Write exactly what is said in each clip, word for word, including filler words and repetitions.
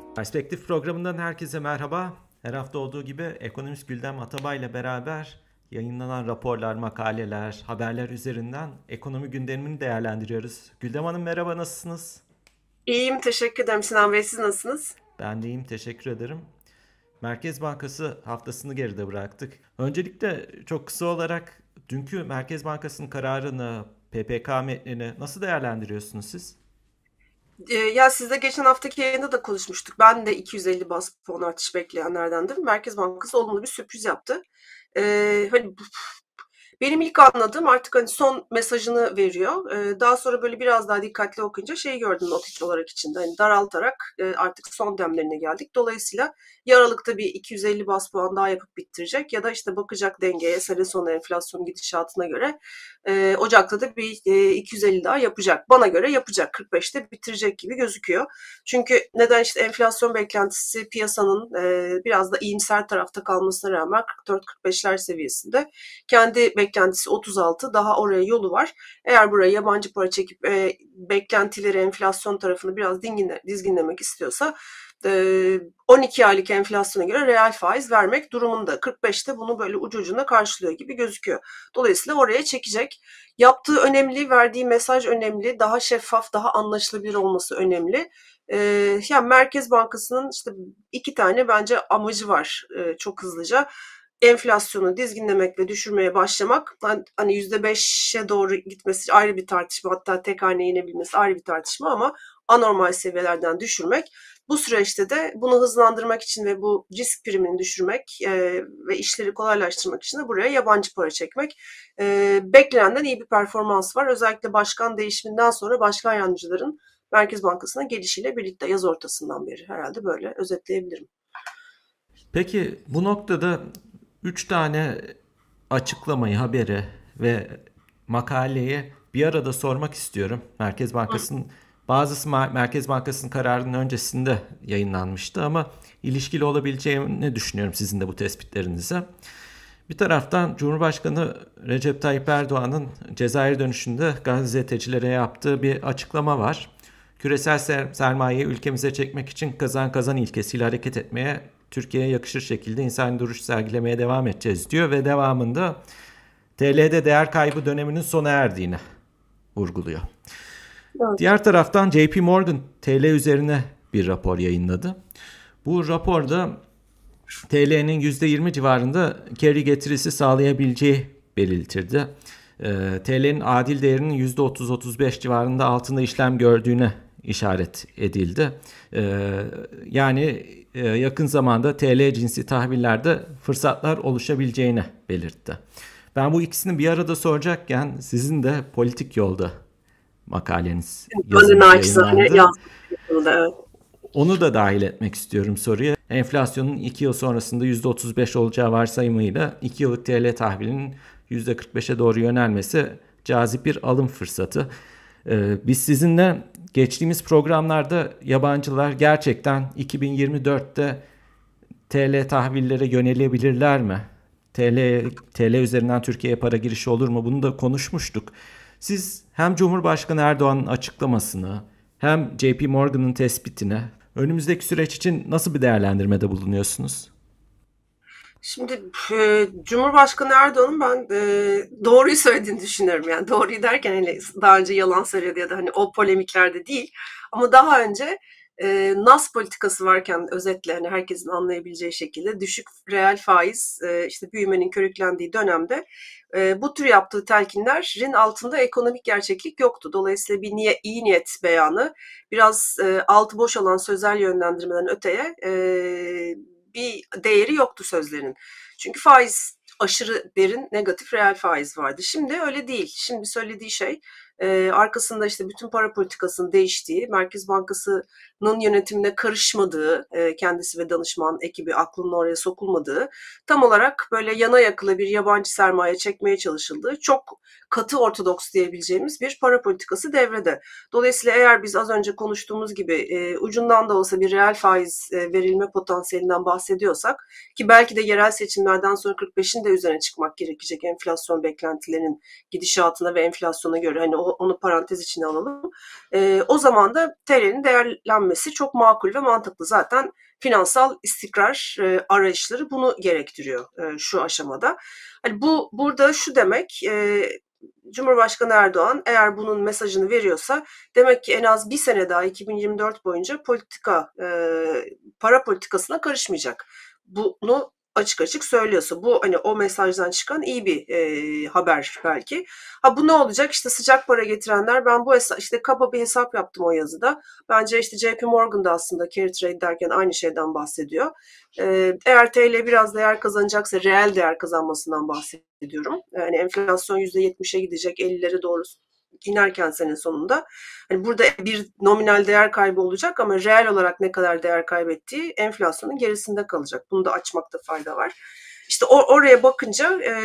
Perspektif programından herkese merhaba. Her hafta olduğu gibi ekonomist Güldem Atabay ile beraber yayınlanan raporlar, makaleler, haberler üzerinden ekonomi gündemini değerlendiriyoruz. Güldem Hanım merhaba, nasılsınız? İyiyim, teşekkür ederim. Sinan Bey, siz nasılsınız? Ben de iyiyim, teşekkür ederim. Merkez Bankası haftasını geride bıraktık. Öncelikle çok kısa olarak dünkü Merkez Bankası'nın kararını, P P K metnini nasıl değerlendiriyorsunuz siz? Ee, ya sizle geçen haftaki yayında da konuşmuştuk. Ben de iki yüz elli bas puan artış bekleyenlerdendim. Merkez Bankası olumlu bir sürpriz yaptı. Ee, hani Benim ilk anladığım artık hani son mesajını veriyor. Ee, daha sonra böyle biraz daha dikkatli okuyunca şeyi gördüm not olarak içinde. Hani daraltarak e, artık son demlerine geldik. Dolayısıyla ya Aralık'ta bir iki yüz elli bas puan daha yapıp bitirecek ya da işte bakacak dengeye, sene sonu enflasyon gidişatına göre e, Ocak'ta da bir e, iki yüz elli daha yapacak. Bana göre yapacak. kırk beşte bitirecek gibi gözüküyor. Çünkü neden işte enflasyon beklentisi piyasanın e, biraz da iyimser tarafta kalmasına rağmen kırk dört kırk beşler seviyesinde. Kendi beklentisi otuz altı, daha oraya yolu var. Eğer buraya yabancı para çekip e, beklentileri enflasyon tarafını biraz dingine, dizginlemek istiyorsa e, on iki aylık enflasyona göre reel faiz vermek durumunda. kırk beşte bunu böyle ucu ucuna karşılıyor gibi gözüküyor. Dolayısıyla oraya çekecek. Yaptığı önemli, verdiği mesaj önemli, daha şeffaf, daha anlaşılabilir olması önemli. Ee, yani Merkez Bankası'nın işte iki tane bence amacı var e, çok hızlıca. Enflasyonu dizginlemek ve düşürmeye başlamak, hani yüzde beşe doğru gitmesi ayrı bir tartışma, hatta tek haneye inebilmesi ayrı bir tartışma, ama anormal seviyelerden düşürmek. Bu süreçte de bunu hızlandırmak için ve bu risk primini düşürmek e, ve işleri kolaylaştırmak için de buraya yabancı para çekmek. E, beklenenden iyi bir performans var. Özellikle başkan değişiminden sonra başkan yardımcıların Merkez Bankası'na gelişiyle birlikte yaz ortasından beri, herhalde böyle özetleyebilirim. Peki bu noktada üç tane açıklamayı, haberi ve makaleyi bir arada sormak istiyorum. Merkez Bankası'nın bazısı Merkez Bankası'nın kararının öncesinde yayınlanmıştı ama ilişkili olabileceğini düşünüyorum sizin de bu tespitlerinize. Bir taraftan Cumhurbaşkanı Recep Tayyip Erdoğan'ın Cezayir dönüşünde gazetecilere yaptığı bir açıklama var. Küresel sermayeyi ülkemize çekmek için kazan kazan ilkesiyle hareket etmeye, Türkiye'ye yakışır şekilde insani duruş sergilemeye devam edeceğiz diyor ve devamında T L'de değer kaybı döneminin sona erdiğini vurguluyor. Evet. Diğer taraftan J P Morgan T L üzerine bir rapor yayınladı. Bu raporda T L'nin yüzde yirmi civarında carry getirisi sağlayabileceği belirtildi. E, T L'nin adil değerinin yüzde otuz otuz beş civarında altında işlem gördüğüne işaret edildi. E, yani e, yakın zamanda T L cinsi tahvillerde fırsatlar oluşabileceğini belirtti. Ben bu ikisini bir arada soracakken sizin de politik yolda makaleniz, Ben de yazınız naçizane yayınlandı. yazdım bu konuda, evet. Onu da dahil etmek istiyorum soruya. Enflasyonun iki yıl sonrasında yüzde otuz beş olacağı varsayımıyla iki yıllık T L tahvilinin yüzde kırk beşe doğru yönelmesi cazip bir alım fırsatı. Ee, biz sizinle geçtiğimiz programlarda yabancılar gerçekten iki bin yirmi dörtte T L tahvillere yönelebilirler mi? T L, T L üzerinden Türkiye'ye para girişi olur mu? Bunu da konuşmuştuk. Siz hem Cumhurbaşkanı Erdoğan'ın açıklamasını hem J P Morgan'ın tespitini önümüzdeki süreç için nasıl bir değerlendirmede bulunuyorsunuz? Şimdi e, Cumhurbaşkanı Erdoğan'ın ben e, doğruyu söylediğini düşünüyorum. Yani doğruyu derken hani daha önce yalan söyledi ya da hani o polemiklerde değil. Ama daha önce e, Nas politikası varken, özetle hani herkesin anlayabileceği şekilde düşük reel faiz, e, işte büyümenin körüklendiği dönemde e, bu tür yaptığı telkinlerin altında ekonomik gerçeklik yoktu. Dolayısıyla bir niye, iyi niyet beyanı, biraz e, altı boş olan sözel yönlendirmeden öteye e, bir değeri yoktu sözlerinin. Çünkü faiz, aşırı derin negatif reel faiz vardı. Şimdi öyle değil. Şimdi söylediği şey e, arkasında işte bütün para politikasının değiştiği, Merkez Bankası'nın yönetimine karışmadığı, e, kendisi ve danışman ekibi aklının oraya sokulmadığı, tam olarak böyle yana yakıla bir yabancı sermaye çekmeye çalışıldığı, çok katı ortodoks diyebileceğimiz bir para politikası devrede. Dolayısıyla eğer biz az önce konuştuğumuz gibi e, ucundan da olsa bir reel faiz e, verilme potansiyelinden bahsediyorsak, ki belki de yerel seçimlerden sonra kırk beşin de üzerine çıkmak gerekecek enflasyon beklentilerinin gidişatına ve enflasyona göre, hani o onu parantez içine alalım. E, o zaman da T L'nin değerlenmesi çok makul ve mantıklı. Zaten finansal istikrar e, arayışları bunu gerektiriyor e, şu aşamada. Hani bu burada şu demek, e, Cumhurbaşkanı Erdoğan eğer bunun mesajını veriyorsa demek ki en az bir sene daha iki bin yirmi dört boyunca politika, e, para politikasına karışmayacak. Bunu açık açık söylüyorsa bu hani o mesajdan çıkan iyi bir e, haber belki. Ha bu ne olacak? İşte sıcak para getirenler, ben bu hesap, işte kaba bir hesap yaptım o yazıda. Bence işte J P Morgan da aslında carry trade derken aynı şeyden bahsediyor. E, eğer T L biraz değer kazanacaksa reel değer kazanmasından bahsediyorum. Yani enflasyon yüzde yetmişe gidecek, ellilere doğru inerken sene sonunda. Hani burada bir nominal değer kaybı olacak ama reel olarak ne kadar değer kaybettiği enflasyonun gerisinde kalacak. Bunu da açmakta fayda var. İşte or- oraya bakınca e,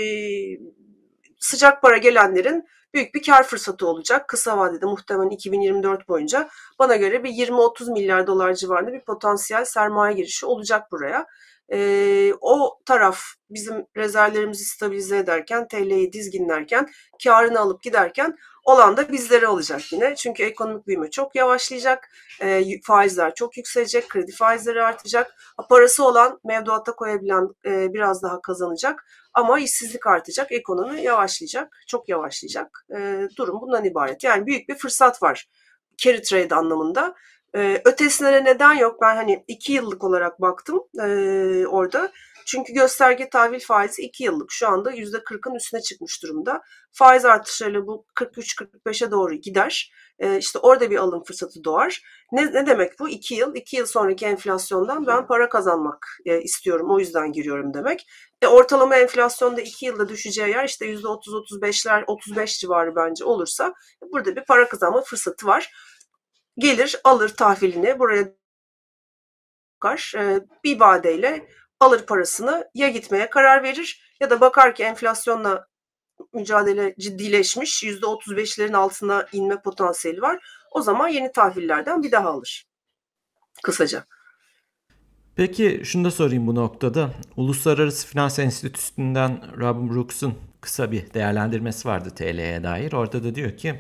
sıcak para gelenlerin büyük bir kar fırsatı olacak. Kısa vadede muhtemelen iki bin yirmi dört boyunca bana göre bir yirmi otuz milyar dolar civarında bir potansiyel sermaye girişi olacak buraya. Ee, o taraf bizim rezervlerimizi stabilize ederken, T L'yi dizginlerken, karını alıp giderken olan da bizlere olacak yine. Çünkü ekonomik büyüme çok yavaşlayacak, e, faizler çok yükselecek, kredi faizleri artacak. Parası olan mevduata koyabilen e, biraz daha kazanacak ama işsizlik artacak, ekonomi yavaşlayacak, çok yavaşlayacak. E, durum bundan ibaret. Yani büyük bir fırsat var carry trade anlamında. Ee, ötesine neden yok? Ben hani iki yıllık olarak baktım e, orada. Çünkü gösterge tahvil faizi iki yıllık. Şu anda yüzde kırkın üstüne çıkmış durumda. Faiz artışlarıyla bu kırk üç kırk beşe doğru gider. E, işte orada bir alım fırsatı doğar. Ne, ne demek bu? iki yıl. iki yıl sonraki enflasyondan ben para kazanmak e, istiyorum. O yüzden giriyorum demek. E, ortalama enflasyonda iki yılda düşeceği yer işte yüzde otuz otuz beşler, otuz beş civarı bence olursa burada bir para kazanma fırsatı var. Gelir alır tahvilini buraya bakar, bir vadeyle alır parasını, ya gitmeye karar verir ya da bakar ki enflasyonla mücadele ciddileşmiş, yüzde otuz beşlerin altına inme potansiyeli var. O zaman yeni tahvillerden bir daha alır. Kısaca. Peki şunu da sorayım bu noktada. Uluslararası Finans Enstitüsü'nden Robin Brooks'un kısa bir değerlendirmesi vardı T L'ye dair. Orada da diyor ki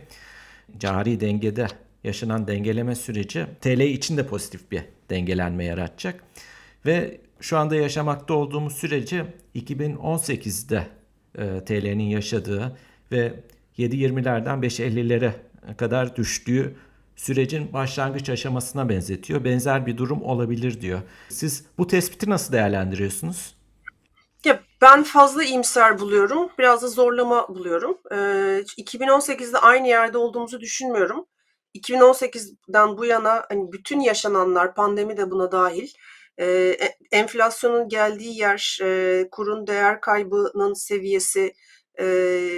cari dengede yaşanan dengeleme süreci T L için de pozitif bir dengelenme yaratacak. Ve şu anda yaşamakta olduğumuz süreci iki bin on sekizde e, T L'nin yaşadığı ve yedi yirmilerden beş ellilere kadar düştüğü sürecin başlangıç aşamasına benzetiyor. Benzer bir durum olabilir diyor. Siz bu tespiti nasıl değerlendiriyorsunuz? Ya ben fazla iyimser buluyorum. Biraz da zorlama buluyorum. Ee, iki bin on sekizde aynı yerde olduğumuzu düşünmüyorum. iki bin on sekizden bu yana hani bütün yaşananlar, pandemi de buna dahil, e, enflasyonun geldiği yer, e, kurun değer kaybının seviyesi, e,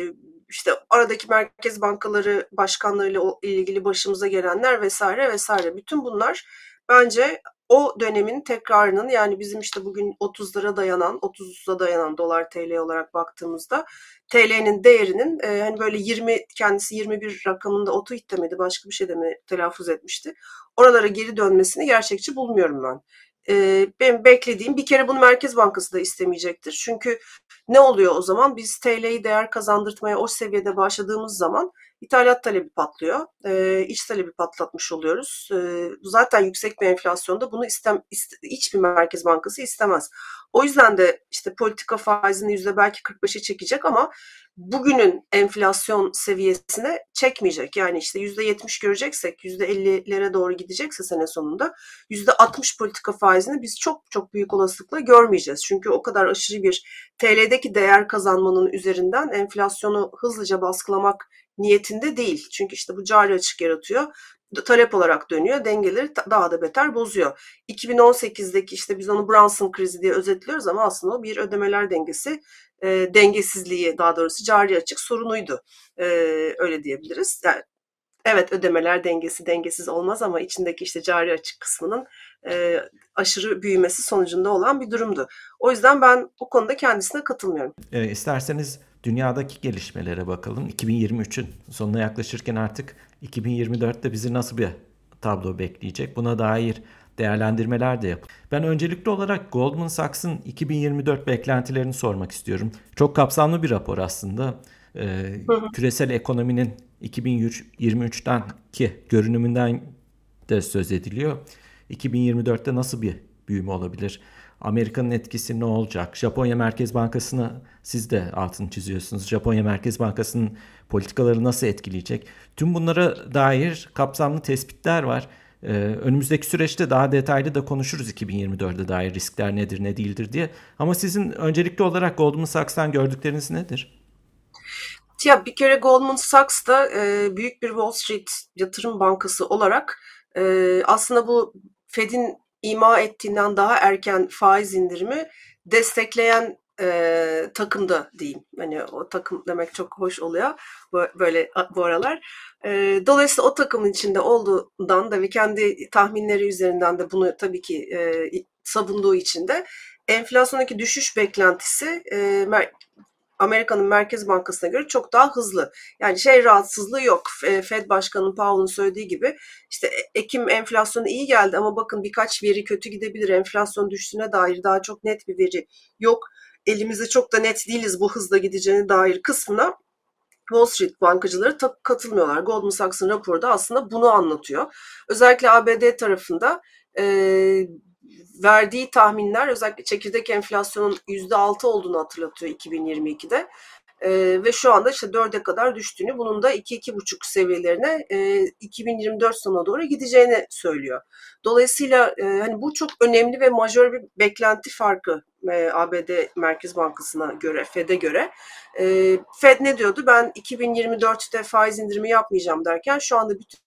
işte aradaki merkez bankaları başkanlarıyla ilgili başımıza gelenler vesaire vesaire. Bütün bunlar bence o dönemin tekrarının, yani bizim işte bugün otuzlara dayanan, otuza dayanan dolar T L olarak baktığımızda T L'nin değerinin e, hani böyle yirmi, kendisi yirmi bir rakamında otuit demedi, başka bir şey de mi telaffuz etmişti. Oralara geri dönmesini gerçekçi bulmuyorum ben. E, benim beklediğim, bir kere bunu Merkez Bankası da istemeyecektir. Çünkü ne oluyor o zaman? Biz T L'yi değer kazandırtmaya o seviyede başladığımız zaman İthalat talebi patlıyor. E, iç talebi patlatmış oluyoruz. E, zaten yüksek bir enflasyonda bunu istem, iste, hiçbir merkez bankası istemez. O yüzden de işte politika faizini yüzde belki kırk beşe çekecek ama bugünün enflasyon seviyesine çekmeyecek. Yani işte yüzde yetmiş göreceksek, yüzde ellilere doğru gidecekse sene sonunda yüzde altmış politika faizini biz çok çok büyük olasılıkla görmeyeceğiz. Çünkü o kadar aşırı bir T L'deki değer kazanmanın üzerinden enflasyonu hızlıca baskılamak niyetinde değil. Çünkü işte bu cari açık yaratıyor. Talep olarak dönüyor. Dengeleri daha da beter bozuyor. iki bin on sekizdeki işte biz onu Brunson krizi diye özetliyoruz ama aslında o bir ödemeler dengesi, e, dengesizliği, daha doğrusu cari açık sorunuydu. E, öyle diyebiliriz. Yani evet, ödemeler dengesi dengesiz olmaz ama içindeki işte cari açık kısmının e, aşırı büyümesi sonucunda olan bir durumdu. O yüzden ben bu konuda kendisine katılmıyorum. E, isterseniz dünyadaki gelişmelere bakalım. iki bin yirmi üçün sonuna yaklaşırken artık iki bin yirmi dörtte bizi nasıl bir tablo bekleyecek? Buna dair değerlendirmeler de yapın. Ben öncelikli olarak Goldman Sachs'ın iki bin yirmi dört beklentilerini sormak istiyorum. Çok kapsamlı bir rapor aslında. Ee, Hı hı. küresel ekonominin iki bin yirmi üçtenki görünümünden de söz ediliyor. iki bin yirmi dörtte nasıl bir büyüme olabilir? Amerika'nın etkisi ne olacak? Japonya Merkez Bankası'nı siz de altını çiziyorsunuz. Japonya Merkez Bankası'nın politikaları nasıl etkileyecek? Tüm bunlara dair kapsamlı tespitler var. Ee, önümüzdeki süreçte daha detaylı da konuşuruz iki bin yirmi dörde dair riskler nedir ne değildir diye. Ama sizin öncelikli olarak Goldman Sachs'tan gördükleriniz nedir? Ya bir kere Goldman Sachs da e, büyük bir Wall Street yatırım bankası olarak e, aslında bu Fed'in ima ettiğinden daha erken faiz indirimi destekleyen e, takımda diyeyim. Hani o takım demek çok hoş oluyor böyle bu aralar. E, dolayısıyla o takımın içinde olduğundan da ve kendi tahminleri üzerinden de bunu tabii ki e, savunduğu için de enflasyondaki düşüş beklentisi e, Amerika'nın Merkez Bankası'na göre çok daha hızlı. Yani şey rahatsızlığı yok. Fed Başkanı Powell'ın söylediği gibi işte Ekim enflasyonu iyi geldi ama bakın birkaç veri kötü gidebilir. Enflasyon düştüğüne dair daha çok net bir veri yok. Elimizde çok da net değiliz bu hızla gideceğine dair kısmına Wall Street bankacıları katılmıyorlar. Goldman Sachs'ın raporu da aslında bunu anlatıyor. Özellikle A B D tarafında e, verdiği tahminler özellikle çekirdek enflasyonun yüzde altı olduğunu hatırlatıyor iki bin yirmi ikide. Ee, ve şu anda işte dörde kadar düştüğünü, bunun da iki iki buçuk seviyelerine e, iki bin yirmi dört sonuna doğru gideceğini söylüyor. Dolayısıyla e, hani bu çok önemli ve majör bir beklenti farkı e, A B D Merkez Bankası'na göre, Fed'e göre. E, Fed ne diyordu? Ben iki bin yirmi dörtte faiz indirimi yapmayacağım derken şu anda bütün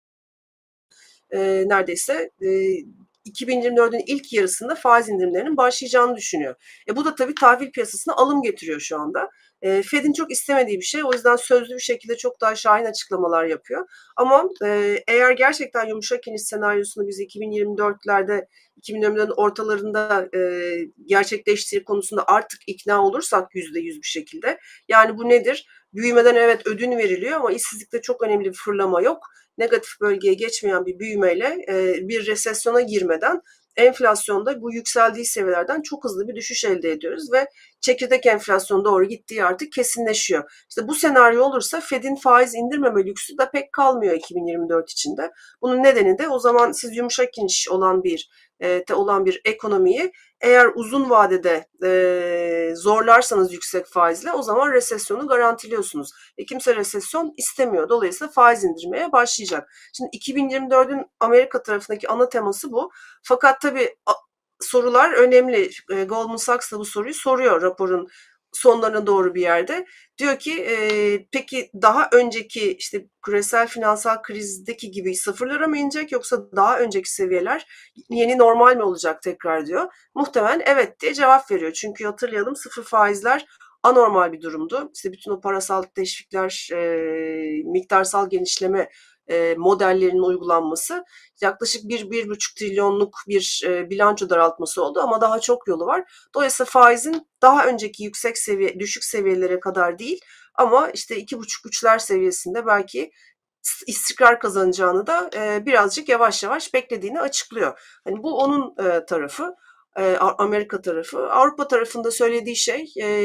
e, neredeyse e, iki bin yirmi dördün ilk yarısında faiz indirimlerinin başlayacağını düşünüyor. E bu da tabii tahvil piyasasına alım getiriyor şu anda. E, Fed'in çok istemediği bir şey. O yüzden sözlü bir şekilde çok daha şahin açıklamalar yapıyor. Ama e, eğer gerçekten yumuşak iniş senaryosunu biz iki bin yirmi dörtlerde, iki bin yirmi dördün ortalarında e, gerçekleştiği konusunda artık ikna olursak yüzde yüz bir şekilde. Yani bu nedir? Büyümeden evet ödün veriliyor ama işsizlikte çok önemli bir fırlama yok. Negatif bölgeye geçmeyen bir büyümeyle e, bir resesyona girmeden enflasyonda bu yükseldiği seviyelerden çok hızlı bir düşüş elde ediyoruz ve çekirdek enflasyon doğru gittiği artık kesinleşiyor. İşte bu senaryo olursa Fed'in faiz indirmeme lüksü de pek kalmıyor iki bin yirmi dört içinde. Bunun nedeni de o zaman siz yumuşak iniş olan bir e, olan bir ekonomiyi eğer uzun vadede e, zorlarsanız yüksek faizle o zaman resesyonu garantiliyorsunuz. E, kimse resesyon istemiyor. Dolayısıyla faiz indirmeye başlayacak. Şimdi iki bin yirmi dördün Amerika tarafındaki ana teması bu. Fakat tabii sorular önemli. E, Goldman Sachs da bu soruyu soruyor raporun sonlarına doğru bir yerde. Diyor ki e, peki daha önceki işte küresel finansal krizdeki gibi sıfırlara mı inecek yoksa daha önceki seviyeler yeni normal mi olacak tekrar diyor. Muhtemelen evet diye cevap veriyor. Çünkü hatırlayalım sıfır faizler anormal bir durumdu. İşte bütün o parasal teşvikler, e, miktarsal genişleme e, modellerinin uygulanması yaklaşık bir bir buçuk trilyonluk bir e, bilanço daraltması oldu ama daha çok yolu var. Dolayısıyla faizin daha önceki yüksek seviye, düşük seviyelere kadar değil ama işte iki buçuk üçler seviyesinde belki istikrar kazanacağını da e, birazcık yavaş yavaş beklediğini açıklıyor. Hani bu onun e, tarafı. Amerika tarafı. Avrupa tarafında söylediği şey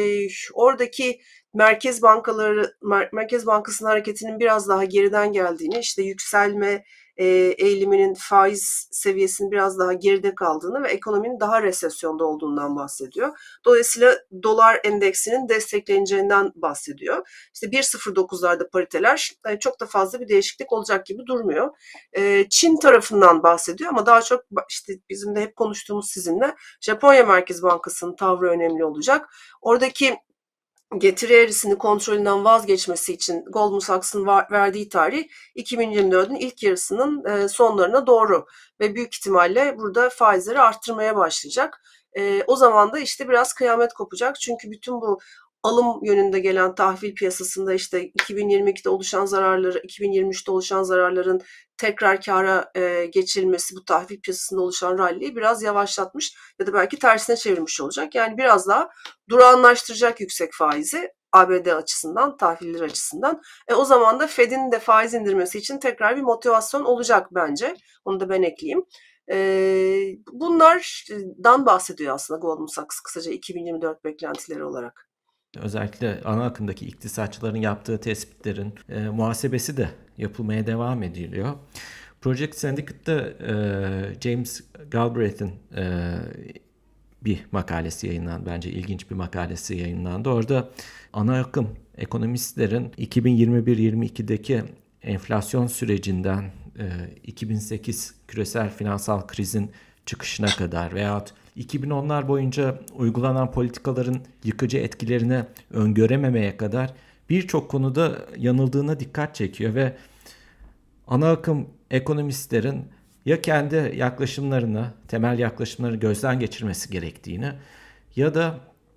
oradaki merkez bankaları, Merkez Bankası'nın hareketinin biraz daha geriden geldiğini, işte yükselme eğiliminin faiz seviyesinin biraz daha geride kaldığını ve ekonominin daha resesyonda olduğundan bahsediyor. Dolayısıyla dolar endeksinin destekleneceğinden bahsediyor. İşte bir nokta sıfır dokuzlarda pariteler çok da fazla bir değişiklik olacak gibi durmuyor. Çin tarafından bahsediyor ama daha çok işte bizim de hep konuştuğumuz sizinle Japonya Merkez Bankası'nın tavrı önemli olacak. Oradaki getiri eğrisini kontrolünden vazgeçmesi için Goldman Sachs'ın verdiği tarih iki bin yirmi dördün ilk yarısının sonlarına doğru ve büyük ihtimalle burada faizleri arttırmaya başlayacak. O zaman da işte biraz kıyamet kopacak çünkü bütün bu alım yönünde gelen tahvil piyasasında işte iki bin yirmi ikide oluşan zararları, iki bin yirmi üçte oluşan zararların tekrar kâra e, geçirilmesi bu tahvil piyasasında oluşan ralliyi biraz yavaşlatmış ya da belki tersine çevirmiş olacak. Yani biraz daha durağanlaştıracak yüksek faizi A B D açısından, tahviller açısından. E, o zaman da Fed'in de faiz indirmesi için tekrar bir motivasyon olacak bence. Onu da ben ekleyeyim. E, bunlardan bahsediyor aslında Goldman Sachs kısaca iki bin yirmi dört beklentileri olarak. özellikle ana akımdaki iktisatçıların yaptığı tespitlerin e, muhasebesi de yapılmaya devam ediliyor. Project Syndicate'da e, James Galbraith'in e, bir makalesi yayınlandı. Bence ilginç bir makalesi yayınlandı. Orada ana akım ekonomistlerin iki bin yirmi bir yirmi ikideki enflasyon sürecinden e, iki bin sekiz küresel finansal krizin çıkışına kadar veyahut iki bin onlar boyunca uygulanan politikaların yıkıcı etkilerini öngörememeye kadar birçok konuda yanıldığına dikkat çekiyor ve ana akım ekonomistlerin ya kendi yaklaşımlarını, temel yaklaşımları gözden geçirmesi gerektiğini ya da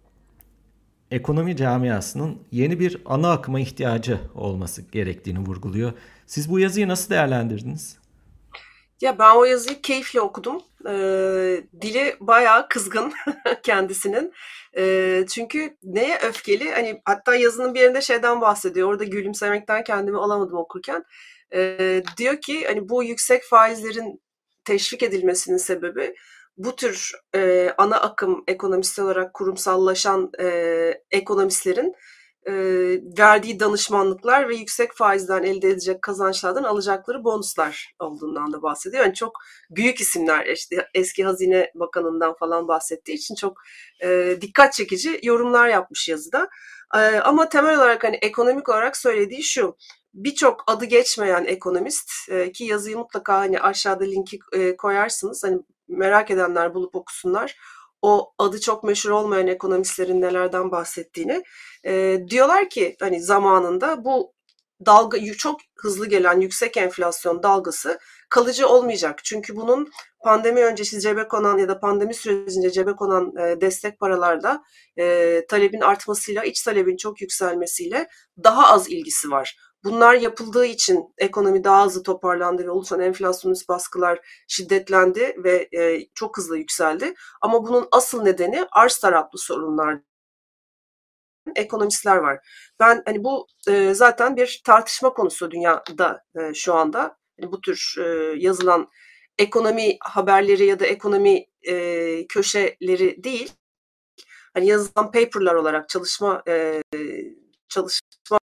ekonomi camiasının yeni bir ana akıma ihtiyacı olması gerektiğini vurguluyor. Siz bu yazıyı nasıl değerlendirdiniz? Ya ben o yazıyı keyifle okudum. Ee, dili bayağı kızgın kendisinin. Ee, çünkü neye öfkeli? Hani hatta yazının bir yerinde şeyden bahsediyor. Orada gülümsemekten kendimi alamadım okurken. Ee, diyor ki hani bu yüksek faizlerin teşvik edilmesinin sebebi bu tür e, ana akım ekonomist olarak kurumsallaşan e, ekonomistlerin e, verdiği danışmanlıklar ve yüksek faizden elde edecek kazançlardan alacakları bonuslar olduğundan da bahsediyor. Yani çok büyük isimler, işte eski Hazine Bakanı'ndan falan bahsettiği için çok e, dikkat çekici yorumlar yapmış yazıda. E, ama temel olarak hani ekonomik olarak söylediği şu: birçok adı geçmeyen ekonomist e, ki yazıyı mutlaka hani aşağıda linki e, koyarsınız. Hani merak edenler bulup okusunlar. O adı çok meşhur olmayan ekonomistlerin nelerden bahsettiğini. E, diyorlar ki hani zamanında bu dalga, çok hızlı gelen yüksek enflasyon dalgası kalıcı olmayacak. Çünkü bunun pandemi öncesi cebe konan ya da pandemi sürecince cebe konan e, destek paralarda e, talebin artmasıyla iç talebin çok yükselmesiyle daha az ilgisi var. Bunlar yapıldığı için ekonomi daha hızlı toparlandı ve oluşan enflasyonist baskılar şiddetlendi ve e, çok hızlı yükseldi. Ama bunun asıl nedeni arz taraflı sorunlar. Ekonomistler var. Ben hani bu e, zaten bir tartışma konusu dünyada e, şu anda. Yani bu tür e, yazılan ekonomi haberleri ya da ekonomi e, köşeleri değil. Hani yazılan paperlar olarak çalışma e, çalışma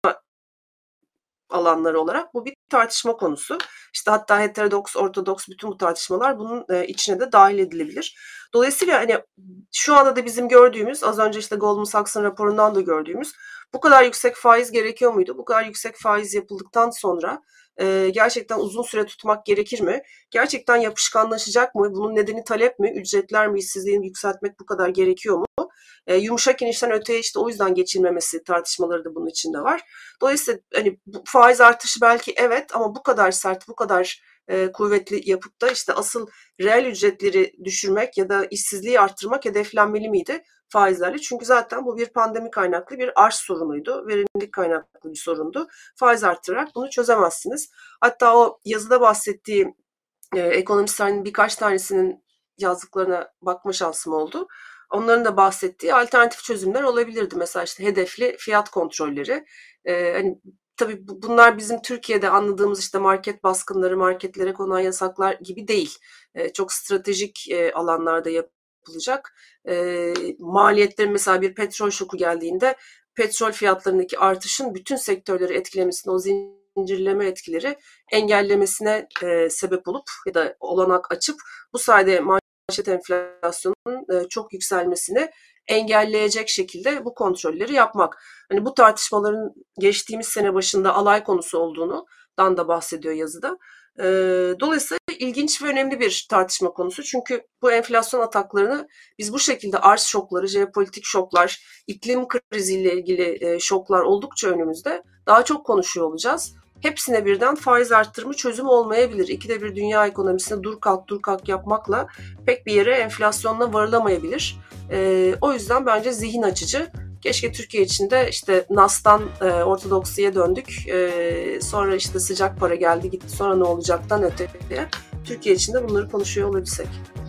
alanları olarak bu bir tartışma konusu. İşte hatta heterodoks, ortodoks bütün bu tartışmalar bunun e, içine de dahil edilebilir. Dolayısıyla hani şu anda da bizim gördüğümüz, az önce işte Goldman Sachs'ın raporundan da gördüğümüz bu kadar yüksek faiz gerekiyor muydu? Bu kadar yüksek faiz yapıldıktan sonra e, gerçekten uzun süre tutmak gerekir mi? Gerçekten yapışkanlaşacak mı? Bunun nedeni talep mi? Ücretler mi? İşsizliğini yükseltmek bu kadar gerekiyor mu? E, yumuşak inişten öteye işte o yüzden geçilmemesi tartışmaları da bunun içinde var. Dolayısıyla hani bu faiz artışı belki evet, ama bu kadar sert, bu kadar e, kuvvetli yapıp da işte asıl reel ücretleri düşürmek ya da işsizliği arttırmak hedeflenmeli miydi faizlerle? Çünkü zaten bu bir pandemi kaynaklı bir arz sorunuydu, verimlilik kaynaklı bir sorundu. Faiz arttırarak bunu çözemezsiniz. Hatta o yazıda bahsettiğim e, ekonomistlerin birkaç tanesinin yazdıklarına bakma şansım oldu. Onların da bahsettiği alternatif çözümler olabilirdi. Mesela işte hedefli fiyat kontrolleri. Ee, hani tabii bunlar bizim Türkiye'de anladığımız işte market baskınları, marketlere konan yasaklar gibi değil. Ee, çok stratejik e, alanlarda yapılacak. Ee, maliyetlerin mesela bir petrol şoku geldiğinde petrol fiyatlarındaki artışın bütün sektörleri etkilemesine, o zincirleme etkileri engellemesine e, sebep olup ya da olanak açıp bu sayede manşet enflasyonunun çok yükselmesini engelleyecek şekilde bu kontrolleri yapmak. Hani bu tartışmaların geçtiğimiz sene başında alay konusu olduğundan da bahsediyor yazıda. Dolayısıyla ilginç ve önemli bir tartışma konusu. Çünkü bu enflasyon ataklarını biz bu şekilde arz şokları, jeopolitik şoklar, iklim kriziyle ilgili şoklar oldukça önümüzde daha çok konuşuyor olacağız. Hepsine birden faiz arttırımı çözüm olmayabilir. İkide bir dünya ekonomisine dur kalk dur kalk yapmakla pek bir yere enflasyonla varılamayabilir. Ee, o yüzden bence zihin açıcı. Keşke Türkiye için de işte N A S'tan e, ortodoksiye döndük. E, sonra işte sıcak para geldi gitti. Sonra ne olacaktan öteye. Türkiye için de bunları konuşuyor olabilsek.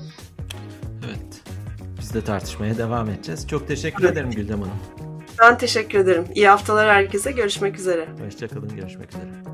Evet. Biz de tartışmaya devam edeceğiz. Çok teşekkür evet. ederim Güldem Hanım. Ben teşekkür ederim. İyi haftalar herkese. Görüşmek üzere. Hoşça kalın. Görüşmek üzere.